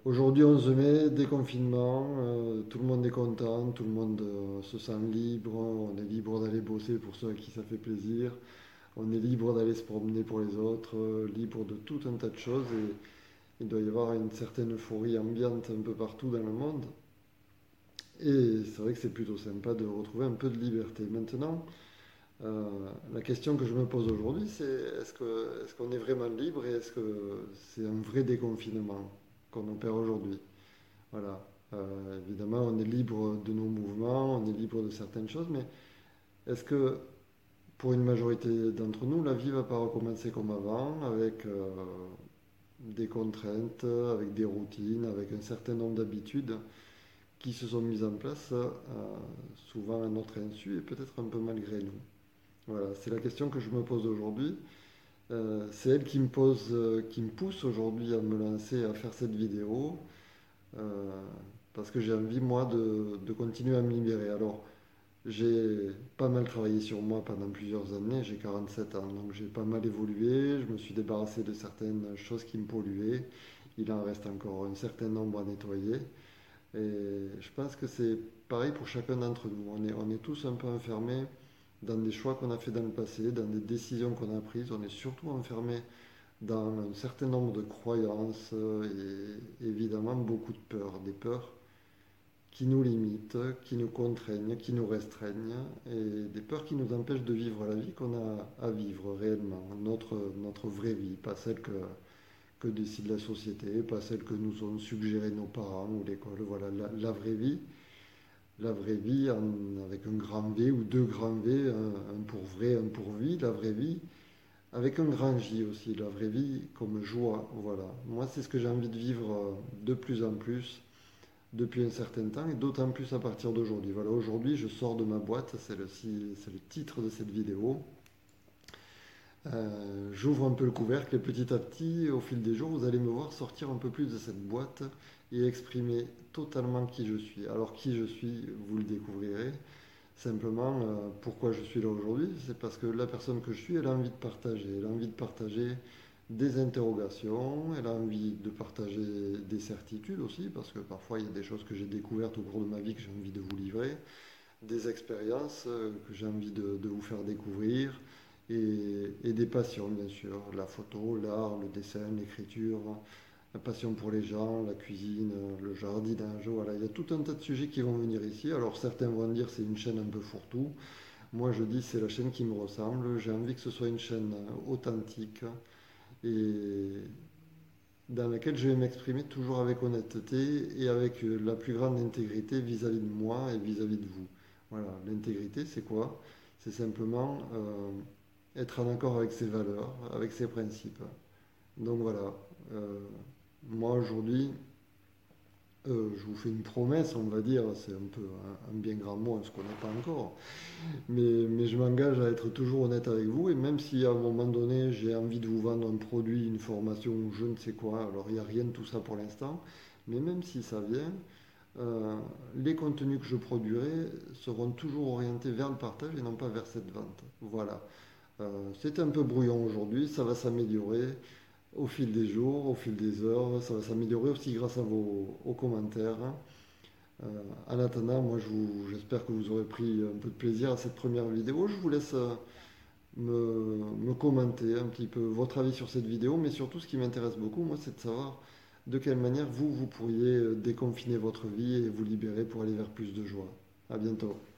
Aujourd'hui, 11 mai, déconfinement, tout le monde est content, tout le monde se sent libre, on est libre d'aller bosser pour ceux à qui ça fait plaisir, on est libre d'aller se promener pour les autres, libre de tout un tas de choses et il doit y avoir une certaine euphorie ambiante un peu partout dans le monde. Et c'est vrai que c'est plutôt sympa de retrouver un peu de liberté. Maintenant, euh, la question que je me pose aujourd'hui, c'est est-ce qu'on est vraiment libre et est-ce que c'est un vrai déconfinement qu'on opère aujourd'hui? Voilà. Évidemment, on est libre de nos mouvements, on est libre de certaines choses, mais est-ce que pour une majorité d'entre nous, la vie va pas recommencer comme avant, avec des contraintes, avec des routines, avec un certain nombre d'habitudes qui se sont mises en place, souvent à notre insu et peut-être un peu malgré nous? Voilà, c'est la question que je me pose aujourd'hui. C'est elle qui me pousse aujourd'hui à me lancer à faire cette vidéo. euh, Parce que j'ai envie, moi, de continuer à me libérer. Alors, j'ai pas mal travaillé sur moi pendant plusieurs années, j'ai 47 ans, donc j'ai pas mal évolué, je me suis débarrassé de certaines choses qui me polluaient, il en reste encore un certain nombre à nettoyer, et je pense que c'est pareil pour chacun d'entre nous, on est tous un peu enfermés dans des choix qu'on a fait dans le passé, dans des décisions qu'on a prises, on est surtout enfermés dans un certain nombre de croyances et évidemment beaucoup de peurs, des peurs qui nous limitent, qui nous contraignent, qui nous restreignent, et des peurs qui nous empêchent de vivre la vie qu'on a à vivre réellement, notre vraie vie, pas celle que décide la société, pas celle que nous ont suggéré nos parents ou l'école. Voilà, la vraie vie avec un grand V ou deux grands V, un pour vrai, un pour vie, la vraie vie, avec un grand J aussi, la vraie vie comme joie. Voilà, moi c'est ce que j'ai envie de vivre de plus en plus depuis un certain temps et d'autant plus à partir d'aujourd'hui. Voilà, aujourd'hui je sors de ma boîte, c'est le titre de cette vidéo. J'ouvre un peu le couvercle et petit à petit, au fil des jours, vous allez me voir sortir un peu plus de cette boîte et exprimer totalement qui je suis. Alors qui je suis, vous le découvrirez. Simplement, pourquoi je suis là aujourd'hui, c'est parce que la personne que je suis, elle a envie de partager. Elle a envie de partager des interrogations, elle a envie de partager des certitudes aussi, parce que parfois il y a des choses que j'ai découvertes au cours de ma vie que j'ai envie de vous livrer, des expériences que j'ai envie de vous faire découvrir, et des passions bien sûr, la photo, l'art, le dessin, l'écriture, la passion pour les gens, la cuisine, le jardinage, voilà, il y a tout un tas de sujets qui vont venir ici. Alors certains vont dire c'est une chaîne un peu fourre-tout. Moi je dis c'est la chaîne qui me ressemble. J'ai envie que ce soit une chaîne authentique et dans laquelle je vais m'exprimer toujours avec honnêteté et avec la plus grande intégrité vis-à-vis de moi et vis-à-vis de vous. Voilà, l'intégrité c'est quoi? C'est simplement être en accord avec ses valeurs, avec ses principes. Donc voilà, euh, moi aujourd'hui, je vous fais une promesse, on va dire, c'est un peu un bien grand mot, on ne se connaît pas encore, mais je m'engage à être toujours honnête avec vous, et même si à un moment donné j'ai envie de vous vendre un produit, une formation, ou je ne sais quoi, alors il n'y a rien de tout ça pour l'instant, mais même si ça vient, euh, les contenus que je produirai seront toujours orientés vers le partage et non pas vers cette vente. Voilà. C'est un peu brouillon aujourd'hui, ça va s'améliorer au fil des jours, au fil des heures. Ça va s'améliorer aussi grâce à aux commentaires. En attendant, moi j'espère que vous aurez pris un peu de plaisir à cette première vidéo. Je vous laisse me commenter un petit peu votre avis sur cette vidéo, mais surtout ce qui m'intéresse beaucoup, moi, c'est de savoir de quelle manière vous pourriez déconfiner votre vie et vous libérer pour aller vers plus de joie. À bientôt.